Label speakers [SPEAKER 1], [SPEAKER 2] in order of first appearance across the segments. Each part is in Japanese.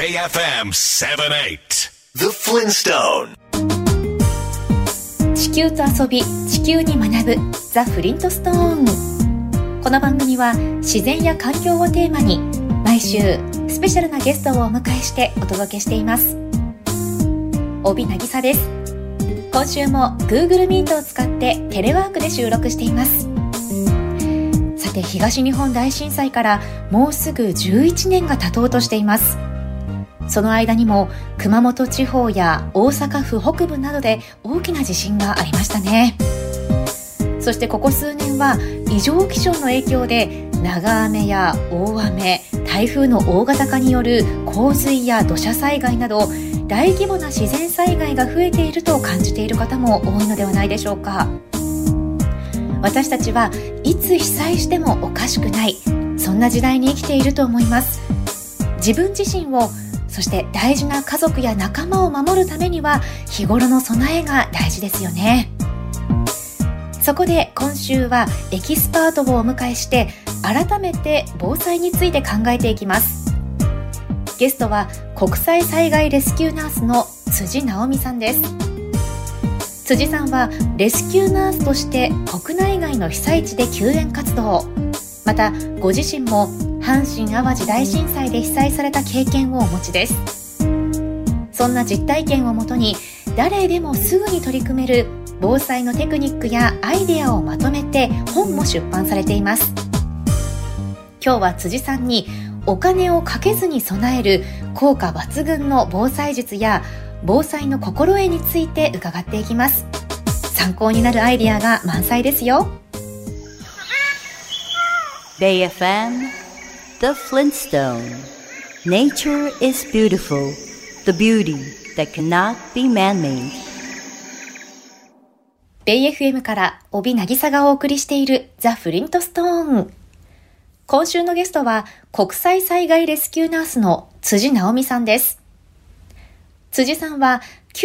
[SPEAKER 1] BayFM78 The Flintstone
[SPEAKER 2] 地球と遊び、地球に学ぶザ・フリントストーン。この番組は自然や環境をテーマに毎週スペシャルなゲストをお迎えしてお届けしています。帯渚です。今週も Google Meet を使ってテレワークで収録しています。さて、東日本大震災からもうすぐ11年が経とうとしています。その間にも熊本地方や大阪府北部などで大きな地震がありましたね。そしてここ数年は異常気象の影響で長雨や大雨、台風の大型化による洪水や土砂災害など大規模な自然災害が増えていると感じている方も多いのではないでしょうか。私たちはいつ被災してもおかしくない、そんな時代に生きていると思います。自分自身を、そして大事な家族や仲間を守るためには日頃の備えが大事ですよね。そこで今週はエキスパートをお迎えして改めて防災について考えていきます。ゲストは国際災害レスキューナースの辻直美さんです。辻さんはレスキューナースとして国内外の被災地で救援活動、またご自身も阪神・淡路大震災で被災された経験をお持ちです。そんな実体験をもとに誰でもすぐに取り組める防災のテクニックやアイデアをまとめて本も出版されています。今日は辻さんにお金をかけずに備える効果抜群の防災術や防災の心得について伺っていきます。参考になるアイデアが満載ですよ。
[SPEAKER 3] BayFM The Flintstone Nature is beautiful, the beauty that cannot be man-made。
[SPEAKER 2] BayFM から帯渚がお送りしているザ・フリントストーン。今週のゲストは国際災害レスキューナースの辻直美さんです。辻さんは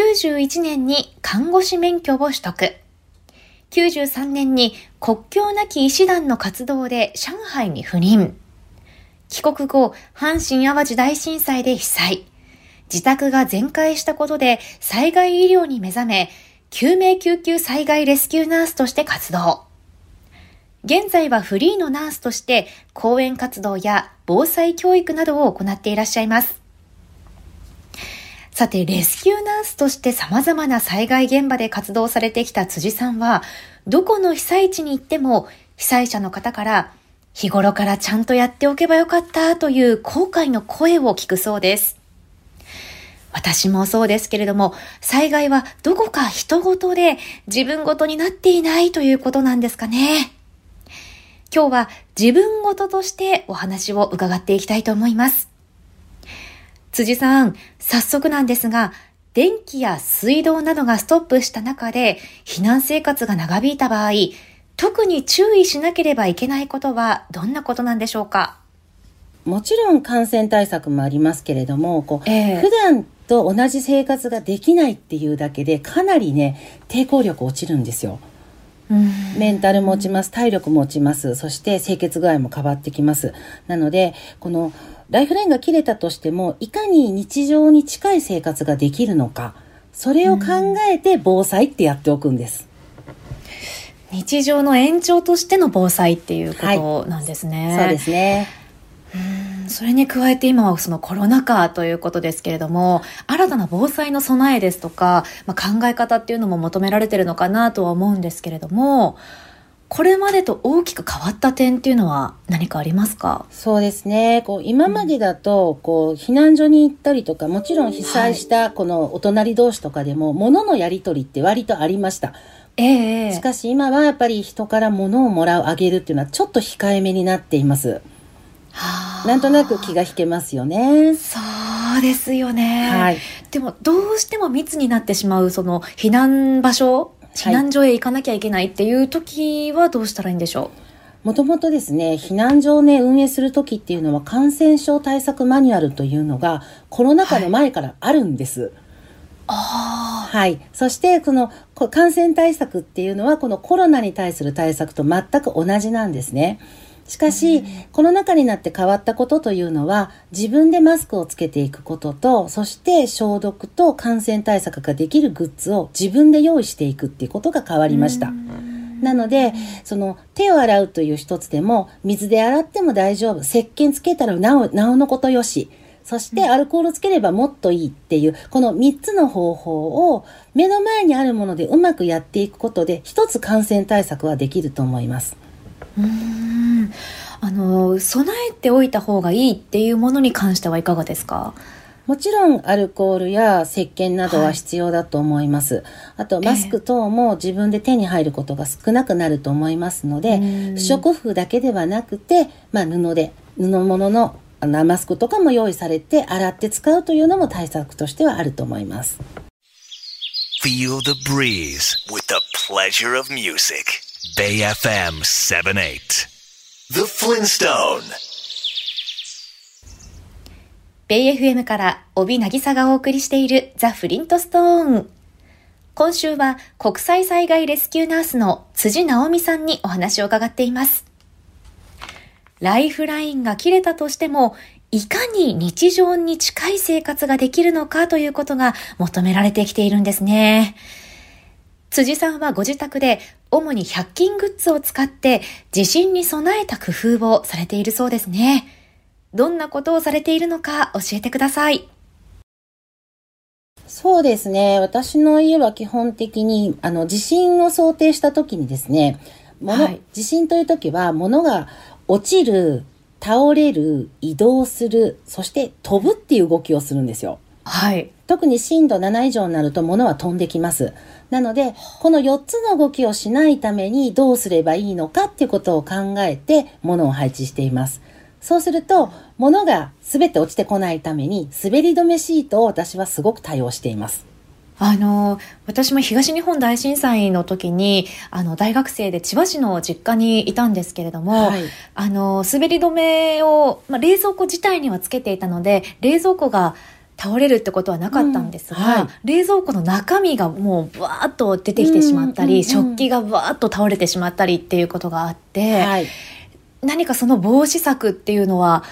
[SPEAKER 2] 91年に看護師免許を取得。93年に国境なき医師団の活動で上海に赴任。帰国後、阪神・淡路大震災で被災。自宅が全壊したことで災害医療に目覚め、救命救急災害レスキューナースとして活動。現在はフリーのナースとして講演活動や防災教育などを行っていらっしゃいます。さて、レスキューナースとして様々な災害現場で活動されてきた辻さんは、どこの被災地に行っても被災者の方から日頃からちゃんとやっておけばよかったという後悔の声を聞くそうです。私もそうですけれども、災害はどこか人事で自分事になっていないということなんですかね。今日は自分事としてお話を伺っていきたいと思います。辻さん、早速なんですが、電気や水道などがストップした中で避難生活が長引いた場合、特に注意しなければいけないことはどんなことなんでしょうか？
[SPEAKER 4] もちろん感染対策もありますけれども、普段と同じ生活ができないっていうだけでかなりね、抵抗力落ちるんですよ。メンタルも落ちます、体力も落ちます、そして清潔具合も変わってきます。なのでこのライフラインが切れたとしても、いかに日常に近い生活ができるのか、それを考えて防災ってやっておくんです。
[SPEAKER 2] 日常の延長としての防災っていうことなんですね。
[SPEAKER 4] はい、そうですね。
[SPEAKER 2] それに加えて今はそのコロナ禍ということですけれども、新たな防災の備えですとか、考え方っていうのも求められているのかなとは思うんですけれども、これまでと大きく変わった点っていうのは何かありますか？
[SPEAKER 4] そうですね。今までだと避難所に行ったりとか、もちろん被災したこのお隣同士とかでも物のやり取りって割とありました。しかし今はやっぱり人から物をもらう、あげるっていうのはちょっと控えめになっています。なんとなく気が引けますよね。
[SPEAKER 2] そうですよね。
[SPEAKER 4] はい。
[SPEAKER 2] でもどうしても密になってしまうその避難場所、避難所へ行かなきゃいけないっていう時はどうしたらいいんでしょう？
[SPEAKER 4] もともとですね、避難所をね、運営する時っていうのは感染症対策マニュアルというのがコロナ禍の前からあるんです。はい。そしてこの感染対策っていうのはこのコロナに対する対策と全く同じなんですね。 しかし、コロナ禍になって変わったことというのは、自分でマスクをつけていくことと、そして消毒と感染対策ができるグッズを自分で用意していくっていうことが変わりました。なので、手を洗うという一つでも、水で洗っても大丈夫。石鹸つけたらなおのことよし。そしてアルコールつければもっといいっていう、この3つの方法を目の前にあるものでうまくやっていくことで、一つ感染対策はできると思います。
[SPEAKER 2] 備えておいた方がいいっていうものに関してはいかがですか？
[SPEAKER 4] もちろんアルコールや石鹸などは必要だと思います。あとマスク等も自分で手に入ることが少なくなると思いますので、不織布だけではなくて、布物のマスクとかも用意されて洗って使うというのも対策としてはあると思います。
[SPEAKER 1] Feel the breeze with the pleasure of music. Bay FM 78 The Flintstone。
[SPEAKER 2] ベイ FM から帯渚がお送りしているザ・フリントストーン。今週は国際災害レスキューナースの辻直美さんにお話を伺っています。ライフラインが切れたとしても、いかに日常に近い生活ができるのかということが求められてきているんですね。辻さんはご自宅で主に100均グッズを使って地震に備えた工夫をされているそうですね。どんなことをされているのか教えてください。
[SPEAKER 4] そうですね。私の家は基本的に地震を想定した時にですね、地震という時は物が落ちる、倒れる、移動する、そして飛ぶっていう動きをするんですよ。
[SPEAKER 2] はい。
[SPEAKER 4] 特に震度7以上になると物は飛んできます。なので、この4つの動きをしないためにどうすればいいのかっていうことを考えて物を配置しています。そうすると、物が全て落ちてこないために滑り止めシートを私はすごく多用しています。
[SPEAKER 2] 私も東日本大震災の時に大学生で千葉市の実家にいたんですけれども、滑り止めを、冷蔵庫自体にはつけていたので冷蔵庫が倒れるってことはなかったんですが、冷蔵庫の中身がもうバーッと出てきてしまったり、食器がバーッと倒れてしまったりっていうことがあって、何かその防止策っていうのは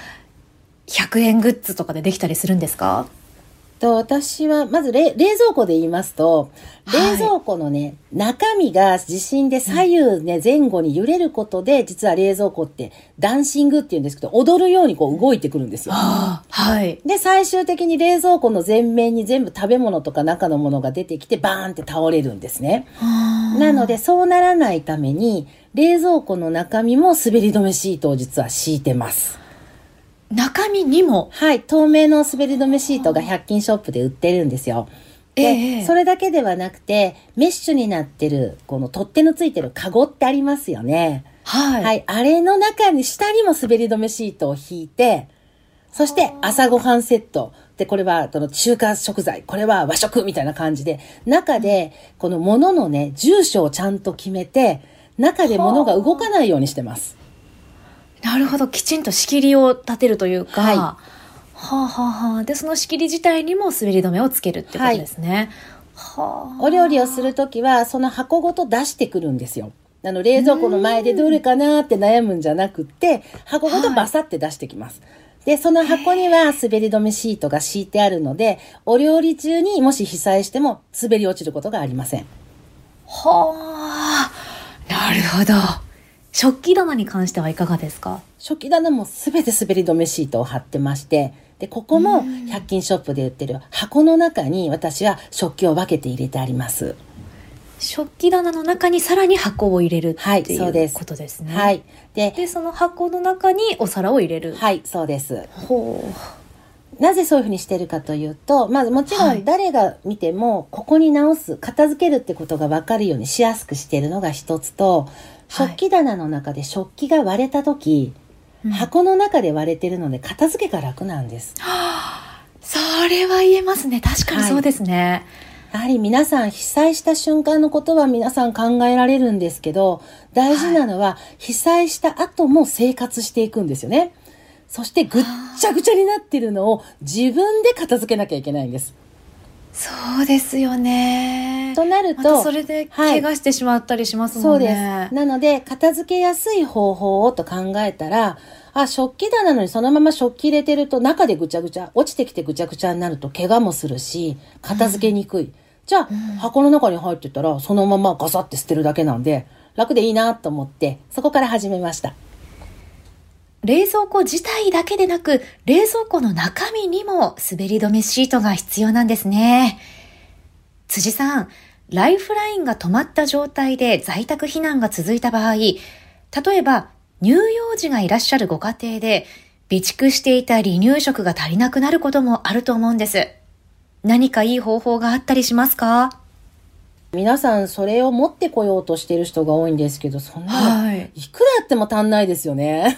[SPEAKER 2] 100円グッズとかでできたりするんですか？
[SPEAKER 4] 私はまず冷蔵庫で言いますと、冷蔵庫のね、中身が地震で左右ね、前後に揺れることで、実は冷蔵庫ってダンシングって言うんですけど、踊るようにこう動いてくるんですよ。で、最終的に冷蔵庫の前面に全部食べ物とか中のものが出てきて、バーンって倒れるんですね。なので、そうならないために、冷蔵庫の中身も滑り止めシートを実は敷いてます。
[SPEAKER 2] 中身にも？
[SPEAKER 4] 透明の滑り止めシートが100均ショップで売ってるんですよ。で、それだけではなくて、メッシュになってる、この取っ手のついてるカゴってありますよね。あれの中に、下にも滑り止めシートを引いて、そして朝ごはんセット。で、これは中華食材、これは和食みたいな感じで、中で、この物のね、住所をちゃんと決めて、中で物が動かないようにしてます。
[SPEAKER 2] なるほど、きちんと仕切りを立てるというか、でその仕切り自体にも滑り止めをつけるってことですね。
[SPEAKER 4] お料理をするときはその箱ごと出してくるんですよ。冷蔵庫の前でどれかなって悩むんじゃなくって箱ごとバサって出してきます。でその箱には滑り止めシートが敷いてあるので、お料理中にもし被災しても滑り落ちることがありません。
[SPEAKER 2] なるほど。食器棚に関してはいかがですか？
[SPEAKER 4] 食器棚もすべて滑り止めシートを貼ってまして、でここも100均ショップで売ってる箱の中に私は食器を分けて入れてあります。
[SPEAKER 2] 食器棚の中にさらに箱を入れるっていうことですね。でその箱の中にお皿を入れる。
[SPEAKER 4] そうです。なぜそういうふうにしてるかというと、まずもちろん誰が見てもここに直す、片付けるってことが分かるようにしやすくしているのが一つと、食器棚の中で食器が割れた時、箱の中で割れてるので片付けが楽なんです。
[SPEAKER 2] それは言えますね。確かにそうですね。
[SPEAKER 4] やはり皆さん被災した瞬間のことは皆さん考えられるんですけど、大事なのは被災した後も生活していくんですよね。そしてぐっちゃぐちゃになってるのを自分で片付けなきゃいけないんです。
[SPEAKER 2] そうですよね。
[SPEAKER 4] となると、
[SPEAKER 2] またそれで怪我してしまったりしますもんね。
[SPEAKER 4] そうです。なので片付けやすい方法をと考えたら、食器棚にそのまま食器入れてると中でぐちゃぐちゃ、落ちてきてぐちゃぐちゃになると怪我もするし、片付けにくい。じゃあ、箱の中に入ってたらそのままガサって捨てるだけなんで楽でいいなと思って、そこから始めました。
[SPEAKER 2] 冷蔵庫自体だけでなく、冷蔵庫の中身にも滑り止めシートが必要なんですね。辻さん、ライフラインが止まった状態で在宅避難が続いた場合、例えば乳幼児がいらっしゃるご家庭で備蓄していた離乳食が足りなくなることもあると思うんです。何かいい方法があったりしますか？
[SPEAKER 4] 皆さんそれを持ってこようとしている人が多いんですけど、そんなのいくらやっても足んないですよね。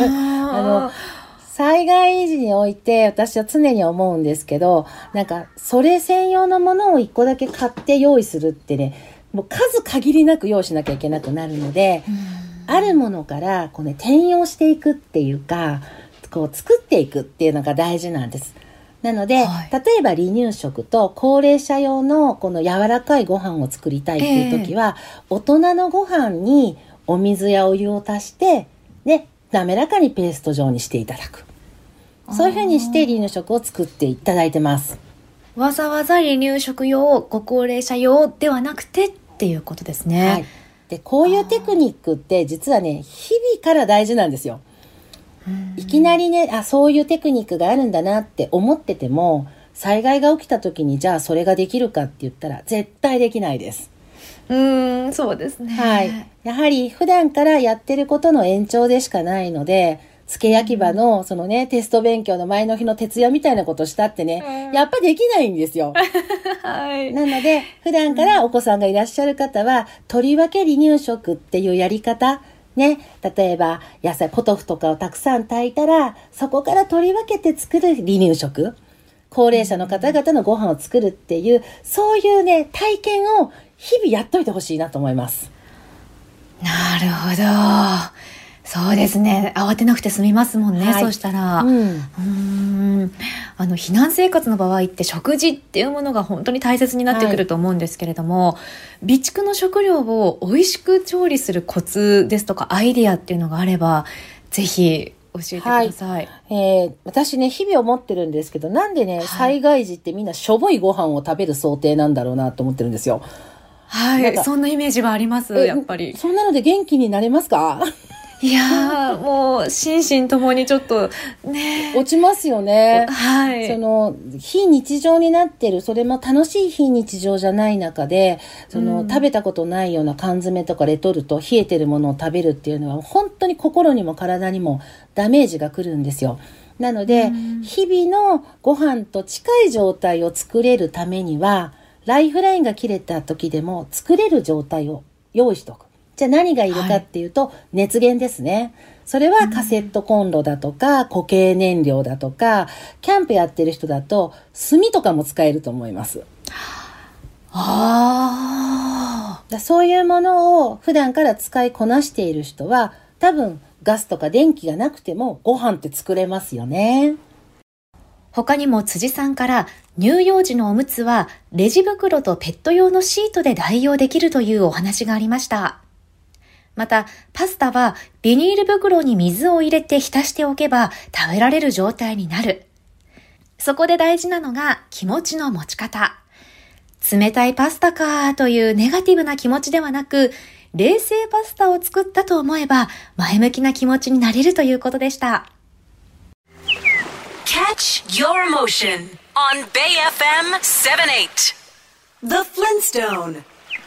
[SPEAKER 4] 災害時において私は常に思うんですけど、なんかそれ専用のものを一個だけ買って用意するってね、もう数限りなく用意しなきゃいけなくなるので、あるものから転用していくっていうか、作っていくっていうのが大事なんです。なので、例えば離乳食と高齢者用のこの柔らかいご飯を作りたいっていう時は、大人のご飯にお水やお湯を足して、で、滑らかにペースト状にしていただく。そういうふうにして離乳食を作っていただいてます。
[SPEAKER 2] わざわざ離乳食用、ご高齢者用ではなくてっていうことですね。
[SPEAKER 4] はい。で、こういうテクニックって実はね、日々から大事なんですよ。いきなりね、そういうテクニックがあるんだなって思ってても、災害が起きた時にじゃあそれができるかって言ったら絶対できないです。
[SPEAKER 2] そうですね。
[SPEAKER 4] はい。やはり普段からやってることの延長でしかないので、付け焼き場のそのね、テスト勉強の前の日の徹夜みたいなことしたってね、やっぱできないんですよ。
[SPEAKER 2] はい。
[SPEAKER 4] なので、普段からお子さんがいらっしゃる方は、とりわけ離乳食っていうやり方、ね、例えば野菜、ポトフとかをたくさん炊いたら、そこから取り分けて作る離乳食、高齢者の方々のご飯を作るっていう、そういうね、体験を日々やっといてほしいなと思います。
[SPEAKER 2] なるほど。そうですね。慌てなくて済みますもんね。はい、そうしたら、避難生活の場合って食事っていうものが本当に大切になってくると思うんですけれども、備蓄の食料を美味しく調理するコツですとかアイディアっていうのがあれば、ぜひ教えてください。
[SPEAKER 4] 私ね、日々思ってるんですけど、なんでね、災害時ってみんなしょぼいご飯を食べる想定なんだろうなと思ってるんですよ。
[SPEAKER 2] はい、そんなイメージはあります、やっぱり。
[SPEAKER 4] そんなので元気になれますか？
[SPEAKER 2] いやー、もう心身ともにちょっとね、
[SPEAKER 4] 落ちますよね。
[SPEAKER 2] はい。
[SPEAKER 4] 非日常になってる、それも楽しい非日常じゃない中で、食べたことないような缶詰とかレトルト、冷えてるものを食べるっていうのは本当に心にも体にもダメージが来るんですよ。なので、日々のご飯と近い状態を作れるためには、ライフラインが切れた時でも作れる状態を用意しておく。じゃあ何がいるかっていうと、熱源ですね。それはカセットコンロだとか、固形燃料だとか、キャンプやってる人だと炭とかも使えると思います。そういうものを普段から使いこなしている人は、多分ガスとか電気がなくてもご飯って作れますよね。
[SPEAKER 2] 他にも辻さんから、乳幼児のおむつはレジ袋とペット用のシートで代用できるというお話がありました。また、パスタはビニール袋に水を入れて浸しておけば食べられる状態になる。そこで大事なのが気持ちの持ち方。冷たいパスタかというネガティブな気持ちではなく、冷製パスタを作ったと思えば前向きな気持ちになれるということでした。
[SPEAKER 1] Catch your emotion on Bay FM 78. The Flintstone.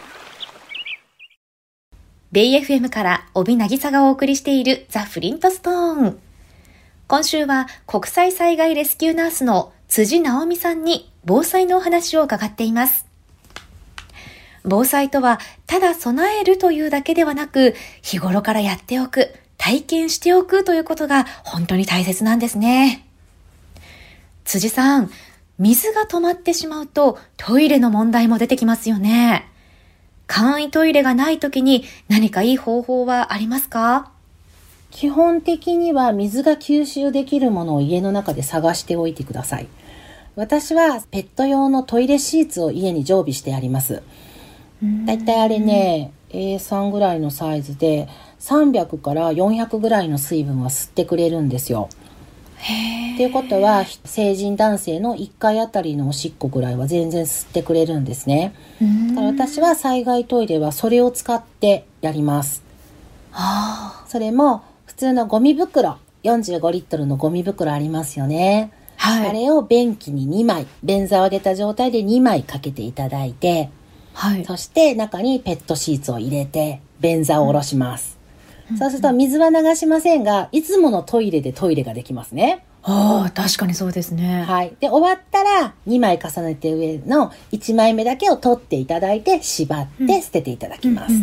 [SPEAKER 2] ベイ FM から帯渚がお送りしているザ・フリントストーン。今週は国際災害レスキューナースの辻直美さんに防災のお話を伺っています。防災とはただ備えるというだけではなく、日頃からやっておく、体験しておくということが本当に大切なんですね。辻さん、水が止まってしまうとトイレの問題も出てきますよね。簡易トイレがないときに何かいい方法はありますか？
[SPEAKER 4] 基本的には水が吸収できるものを家の中で探しておいてください。私はペット用のトイレシーツを家に常備してあります。 だいたいあれね、A3 ぐらいのサイズで300から400ぐらいの水分は吸ってくれるんですよ。っていうことは成人男性の1回あたりのおしっこぐらいは全然吸ってくれるんですね。だから私は災害トイレはそれを使ってやります。それも普通のゴミ袋、45リットルのゴミ袋ありますよね。あれを便器に2枚、便座を上げた状態で2枚かけていただいて、そして中にペットシーツを入れて便座を下ろします。そうすると水は流しませんが、いつものトイレでトイレができますね。
[SPEAKER 2] 確かにそうですね。
[SPEAKER 4] で、終わったら2枚重ねて上の1枚目だけを取っていただいて縛って捨てていただきます。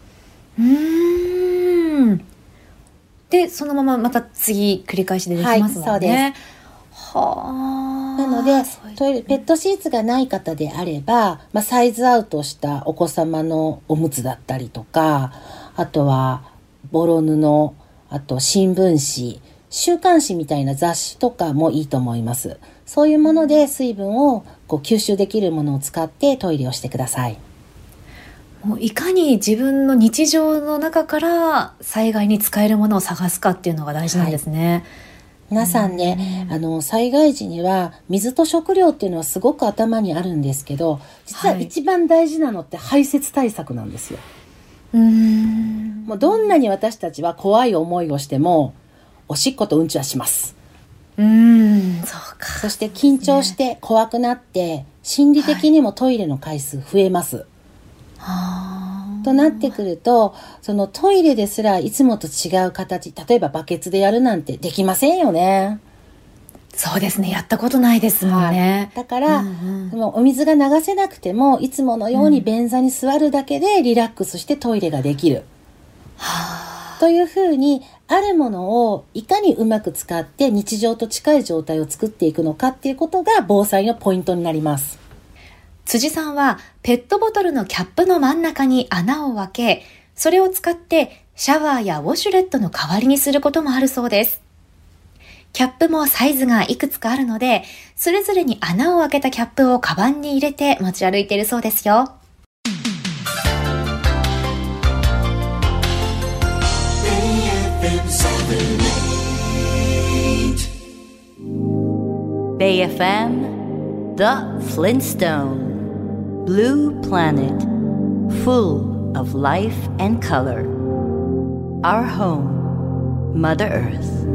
[SPEAKER 2] で、そのまままた次繰り返しでできますもんね。
[SPEAKER 4] そうです。なので、トイレ、ペットシーツがない方であれば、サイズアウトしたお子様のおむつだったりとか、あとはボロ布、あと新聞紙、週刊誌みたいな雑誌とかもいいと思います。そういうもので水分を吸収できるものを使ってトイレをしてください。
[SPEAKER 2] もういかに自分の日常の中から災害に使えるものを探すかっていうのが大事なんですね。
[SPEAKER 4] 皆さんね、災害時には水と食料っていうのはすごく頭にあるんですけど、実は一番大事なのって排泄対策なんですよ。もうどんなに私たちは怖い思いをしてもおしっことうんちはします。
[SPEAKER 2] そうか。
[SPEAKER 4] そして緊張して怖くなって心理的にもトイレの回数増えます。となってくると、そのトイレですらいつもと違う形、例えばバケツでやるなんてできませんよね。
[SPEAKER 2] そうですね、やったことないですもんね。
[SPEAKER 4] だから、お水が流せなくてもいつものように便座に座るだけでリラックスしてトイレができる。というふうに、あるものをいかにうまく使って日常と近い状態を作っていくのかっていうことが防災のポイントになります。
[SPEAKER 2] 辻さんはペットボトルのキャップの真ん中に穴を開け、それを使ってシャワーやウォシュレットの代わりにすることもあるそうです。キャップもサイズがいくつかあるので、それぞれに穴を開けたキャップをカバンに入れて持ち歩いているそうですよ。
[SPEAKER 3] Bay FM, The Flintstone, Blue Planet, full of life and color. Our home, Mother Earth.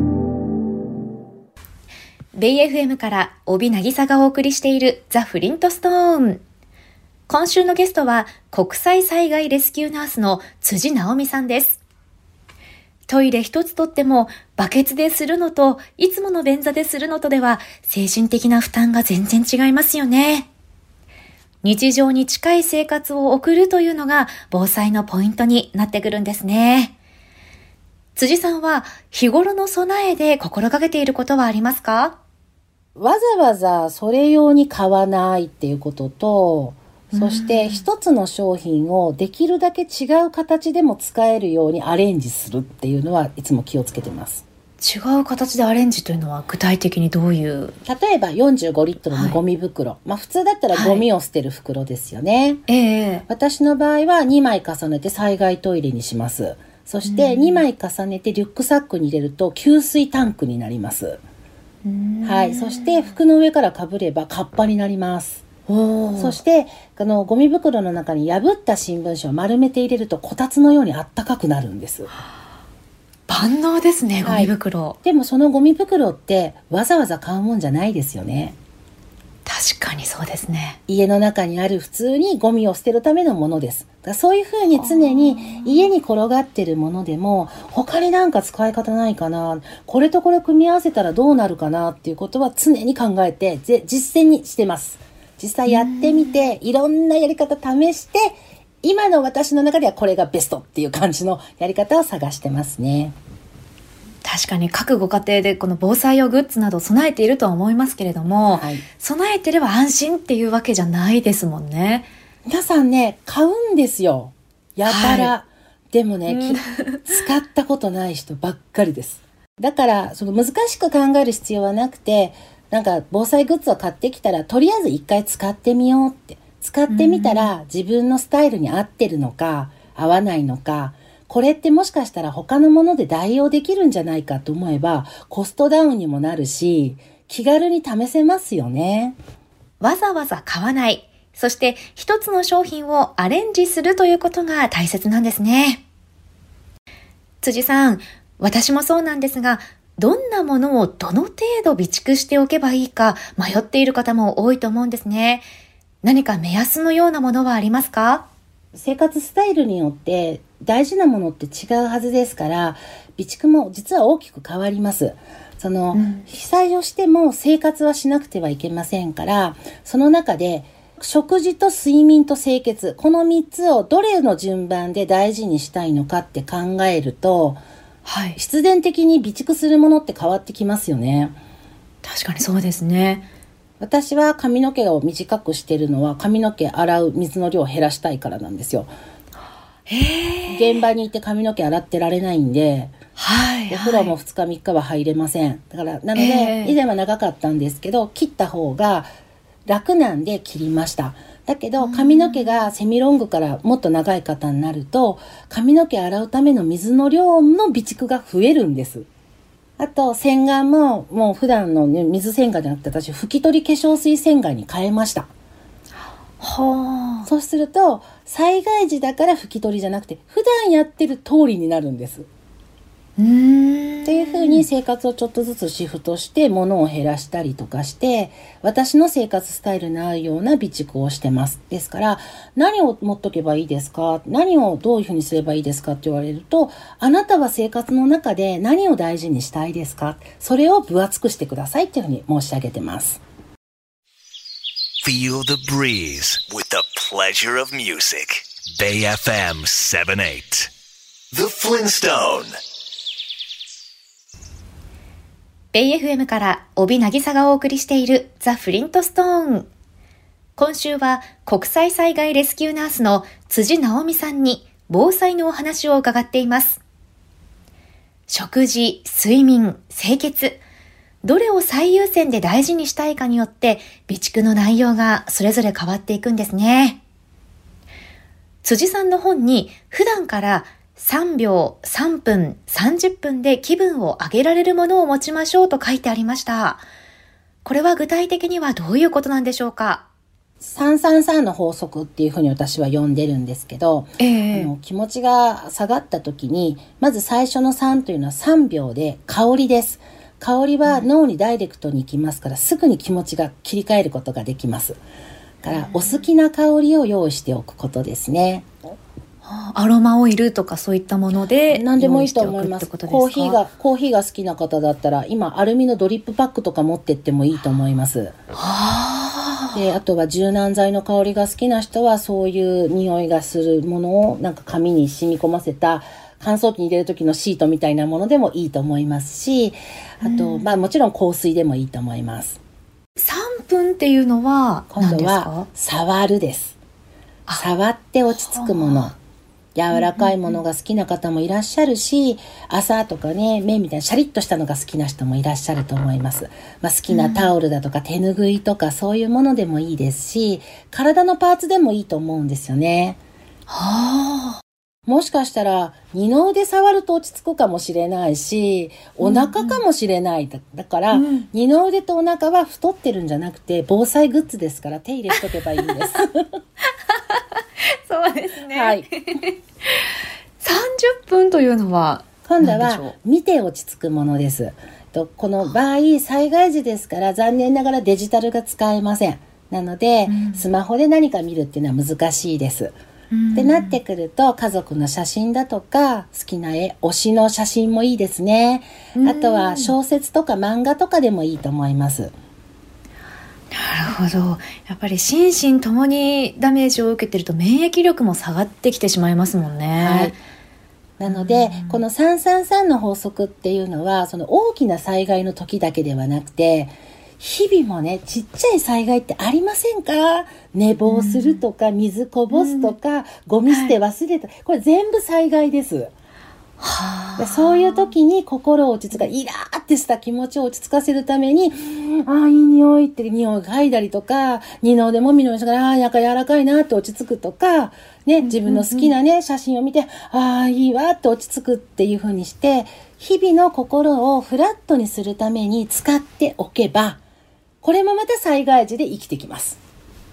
[SPEAKER 2] ベイ FM から帯渚がお送りしているザ・フリントストーン。今週のゲストは国際災害レスキューナースの辻直美さんです。トイレ一つとってもバケツでするのといつもの便座でするのとでは精神的な負担が全然違いますよね。日常に近い生活を送るというのが防災のポイントになってくるんですね。辻さんは日頃の備えで心がけていることはありますか？
[SPEAKER 4] わざわざそれ用に買わないっていうことと、そして一つの商品をできるだけ違う形でも使えるようにアレンジするっていうのはいつも気をつけてます。
[SPEAKER 2] 違う形でアレンジというのは具体的にどういう？
[SPEAKER 4] 例えば45リットルのゴミ袋、普通だったらゴミを捨てる袋ですよね。私の場合は2枚重ねて災害トイレにします。そして2枚重ねてリュックサックに入れると給水タンクになります。そして服の上からかぶればカッパになります。そしてゴミ袋の中に破った新聞紙を丸めて入れるとこたつのようにあったかくなるんです。
[SPEAKER 2] 万能ですね、ゴミ袋。
[SPEAKER 4] でもそのゴミ袋ってわざわざ買うもんじゃないですよね。
[SPEAKER 2] 確かにそうですね。
[SPEAKER 4] 家の中にある普通にゴミを捨てるためのものです。そういうふうに常に家に転がってるものでも他になんか使い方ないかな、これとこれ組み合わせたらどうなるかなっていうことは常に考えて実践にしてます。実際やってみていろんなやり方試して今の私の中ではこれがベストっていう感じのやり方を探してますね。
[SPEAKER 2] 確かに各ご家庭でこの防災用グッズなど備えているとは思いますけれども、備えてれば安心っていうわけじゃないですもんね。
[SPEAKER 4] 皆さんね、買うんですよ。やたら。でもね、使ったことない人ばっかりです。だからその難しく考える必要はなくて、なんか防災グッズを買ってきたらとりあえず一回使ってみようって。 使ってみたら自分のスタイルに合ってるのか合わないのか、これってもしかしたら他のもので代用できるんじゃないかと思えばコストダウンにもなるし、気軽に試せますよね。
[SPEAKER 2] わざわざ買わない。そして一つの商品をアレンジするということが大切なんですね。辻さん、私もそうなんですが、どんなものをどの程度備蓄しておけばいいか迷っている方も多いと思うんですね。何か目安のようなものはありますか？
[SPEAKER 4] 生活スタイルによって大事なものって違うはずですから、備蓄も実は大きく変わります。被災をしても生活はしなくてはいけませんから、その中で食事と睡眠と清潔、この3つをどれの順番で大事にしたいのかって考えると、必然的に備蓄するものって変わってきますよね。
[SPEAKER 2] 確かにそうですね。
[SPEAKER 4] 私は髪の毛を短くしてるのは、髪の毛洗う水の量を減らしたいからなんですよ。現場にいて髪の毛洗ってられないんで、お風呂も2日3日は入れません。だからなので、以前は長かったんですけど、切った方が楽なんで切りました。だけど髪の毛がセミロングからもっと長い方になると、髪の毛洗うための水の量の備蓄が増えるんです。あと洗顔ももう普段の、水洗顔じゃなくて、私拭き取り化粧水洗顔に変えました。そうすると災害時だから拭き取りじゃなくて、普段やってる通りになるんです。っていう風に生活をちょっとずつシフトして物を減らしたりとかして、私の生活スタイルに合うような備蓄をしてます。ですから何を持っとけばいいですか、何をどういう風にすればいいですかって言われると、あなたは生活の中で何を大事にしたいですか、それを分厚くしてくださいっていう風に申し上げてます。
[SPEAKER 1] Feel the breeze with the pleasure of music. Bay FM 78 The Flintstone。
[SPEAKER 2] ベイ FM から帯渚がお送りしているザ・フリントストーン。今週は国際災害レスキューナースの辻直美さんに防災のお話を伺っています。食事、睡眠、清潔、どれを最優先で大事にしたいかによって備蓄の内容がそれぞれ変わっていくんですね。辻さんの本に普段から3秒、3分、30分で気分を上げられるものを持ちましょうと書いてありました。これは具体的にはどういうことなんでしょうか
[SPEAKER 4] ？333の法則っていうふうに私は呼んでるんですけど、気持ちが下がった時に、まず最初の3というのは3秒で香りです。香りは脳にダイレクトに行きますから、すぐに気持ちが切り替えることができます。だからお好きな香りを用意しておくことですね。
[SPEAKER 2] アロマオイルとかそういったもので
[SPEAKER 4] 何でもいいと思います。コーヒーが好きな方だったら、今アルミのドリップパックとか持ってってもいいと思います。で、あとは柔軟剤の香りが好きな人は、そういう匂いがするものをなんか紙に染み込ませた乾燥機に入れる時のシートみたいなものでもいいと思いますし、あと、もちろん香水でもいいと思います。
[SPEAKER 2] 3分っていうのは何ですか？
[SPEAKER 4] 今度は触るです。触って落ち着くもの、柔らかいものが好きな方もいらっしゃるし、朝とかね、目みたいなシャリッとしたのが好きな人もいらっしゃると思います。好きなタオルだとか手ぬぐいとかそういうものでもいいですし、体のパーツでもいいと思うんですよね。もしかしたら二の腕触ると落ち着くかもしれないし、お腹かもしれない。だから、二の腕とお腹は太ってるんじゃなくて防災グッズですから、手入れしとけばいいんです。
[SPEAKER 2] そうですね。
[SPEAKER 4] はい。
[SPEAKER 2] 30分というのは
[SPEAKER 4] 今度は見て落ち着くものです。この場合、災害時ですから残念ながらデジタルが使えません。なので、スマホで何か見るっていうのは難しいです。ってなってくると、家族の写真だとか好きな絵、推しの写真もいいですね。あとは小説とか漫画とかでもいいと思います。
[SPEAKER 2] なるほど。やっぱり心身ともにダメージを受けてると免疫力も下がってきてしまいますもんね。
[SPEAKER 4] はい。なので、この333の法則っていうのは、その大きな災害の時だけではなくて、日々もね、ちっちゃい災害ってありませんか？寝坊するとか、水こぼすとか、ゴミ捨て忘れた、これ全部災害です。 そういう時に心を落ち着か、イラーってした気持ちを落ち着かせるために、いい匂いって匂い嗅いだりとか、二の腕もみのしながら、なんか柔らかいなって落ち着くとか、ね、自分の好きなね、写真を見て、いいわって落ち着くっていう風にして、日々の心をフラットにするために使っておけば、これもまた災害時で生きてきます。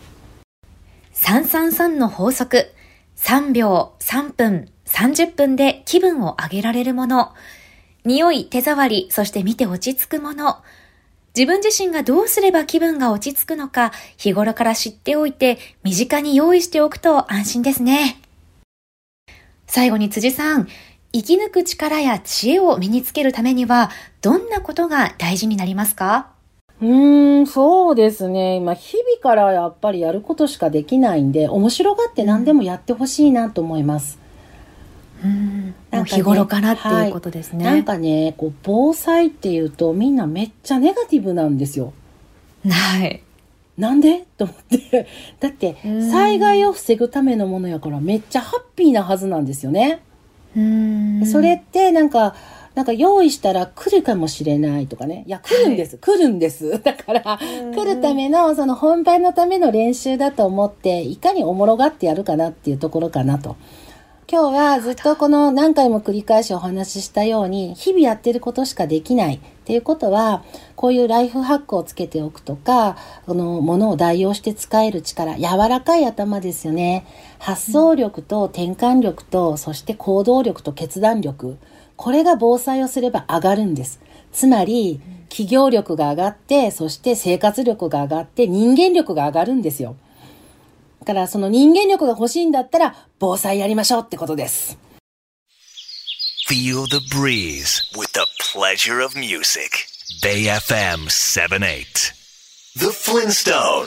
[SPEAKER 2] 333の法則。3秒、3分、30分で気分を上げられるもの。匂い、手触り、そして見て落ち着くもの。自分自身がどうすれば気分が落ち着くのか、日頃から知っておいて、身近に用意しておくと安心ですね。最後に辻さん、生き抜く力や知恵を身につけるためには、どんなことが大事になりますか？
[SPEAKER 4] そうですね。日々からやっぱりやることしかできないんで、面白がって何でもやってほしいなと思います。
[SPEAKER 2] もう日頃からっていうことですね。
[SPEAKER 4] なんかね、防災っていうとみんなめっちゃネガティブなんですよ。
[SPEAKER 2] はい。
[SPEAKER 4] なんでと思って。だって災害を防ぐためのものやからめっちゃハッピーなはずなんですよね。それってなんか用意したら来るかもしれないとかね。いや、来るんです。来るんです。だから、来るための、その本番のための練習だと思って、いかにおもろがってやるかなっていうところかなと。今日はずっとこの何回も繰り返しお話ししたように、日々やってることしかできないっていうことは、こういうライフハックをつけておくとか、このものを代用して使える力、柔らかい頭ですよね。発想力と転換力と、そして行動力と決断力。これが防災をすれば上がるんです。つまり、企業力が上がって、そして生活力が上がって、人間力が上がるんですよ。だからその人間力が欲しいんだったら、防災やりましょうってことです。
[SPEAKER 1] Feel the breeze with the pleasure of music. Bay FM 78. The Flintstone.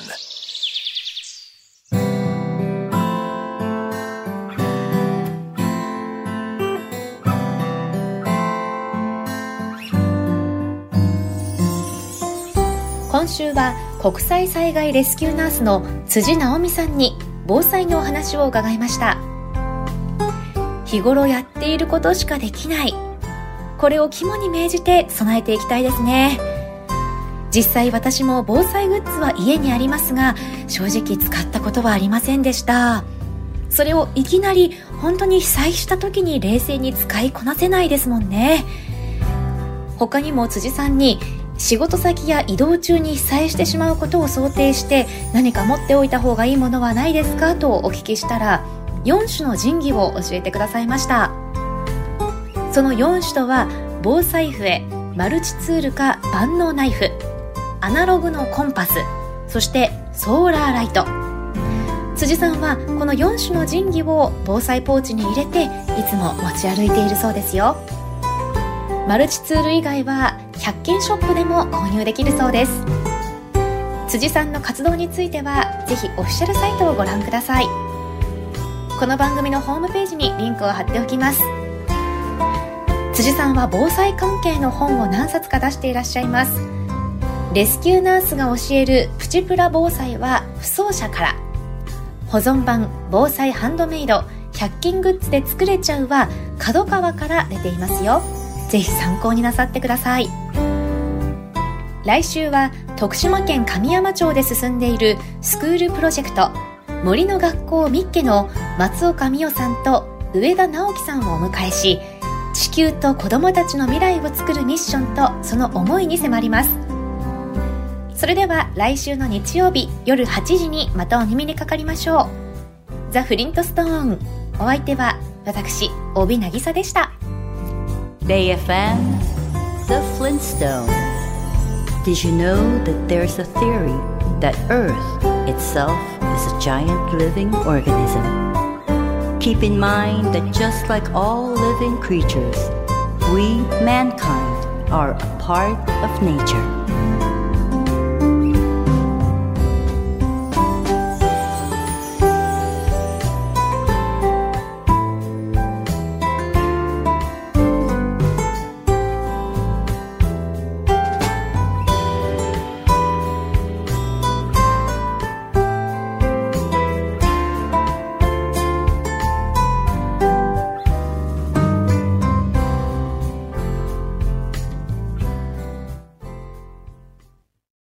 [SPEAKER 2] 今週は国際災害レスキューナースの辻直美さんに防災のお話を伺いました。日頃やっていることしかできない。これを肝に銘じて備えていきたいですね。実際私も防災グッズは家にありますが、正直使ったことはありませんでした。それをいきなり本当に被災した時に冷静に使いこなせないですもんね。他にも辻さんに仕事先や移動中に被災してしまうことを想定して何か持っておいた方がいいものはないですかとお聞きしたら、4種の神器を教えてくださいました。その4種とは、防災笛、マルチツールか万能ナイフ、アナログのコンパス、そしてソーラーライト。辻さんはこの4種の神器を防災ポーチに入れていつも持ち歩いているそうですよ。マルチツール以外は100均ショップでも購入できるそうです。辻さんの活動についてはぜひオフィシャルサイトをご覧ください。この番組のホームページにリンクを貼っておきます。辻さんは防災関係の本を何冊か出していらっしゃいます。レスキューナースが教えるプチプラ防災は不走者から、保存版防災ハンドメイド100均グッズで作れちゃうは角川から出ていますよ。ぜひ参考になさってください。来週は徳島県神山町で進んでいるスクールプロジェクト森の学校ミッケの松岡美代さんと上田直樹さんをお迎えし、地球と子どもたちの未来を作るミッションとその思いに迫ります。それでは来週の日曜日夜8時にまたお耳にかかりましょう。ザ・フリントストーン。お相手は私帯渚でした。
[SPEAKER 3] Bay FM, The Flintstone. Did you know that there's a theory that Earth itself is a giant living organism? Keep in mind that just like all living creatures, we, mankind, are a part of nature.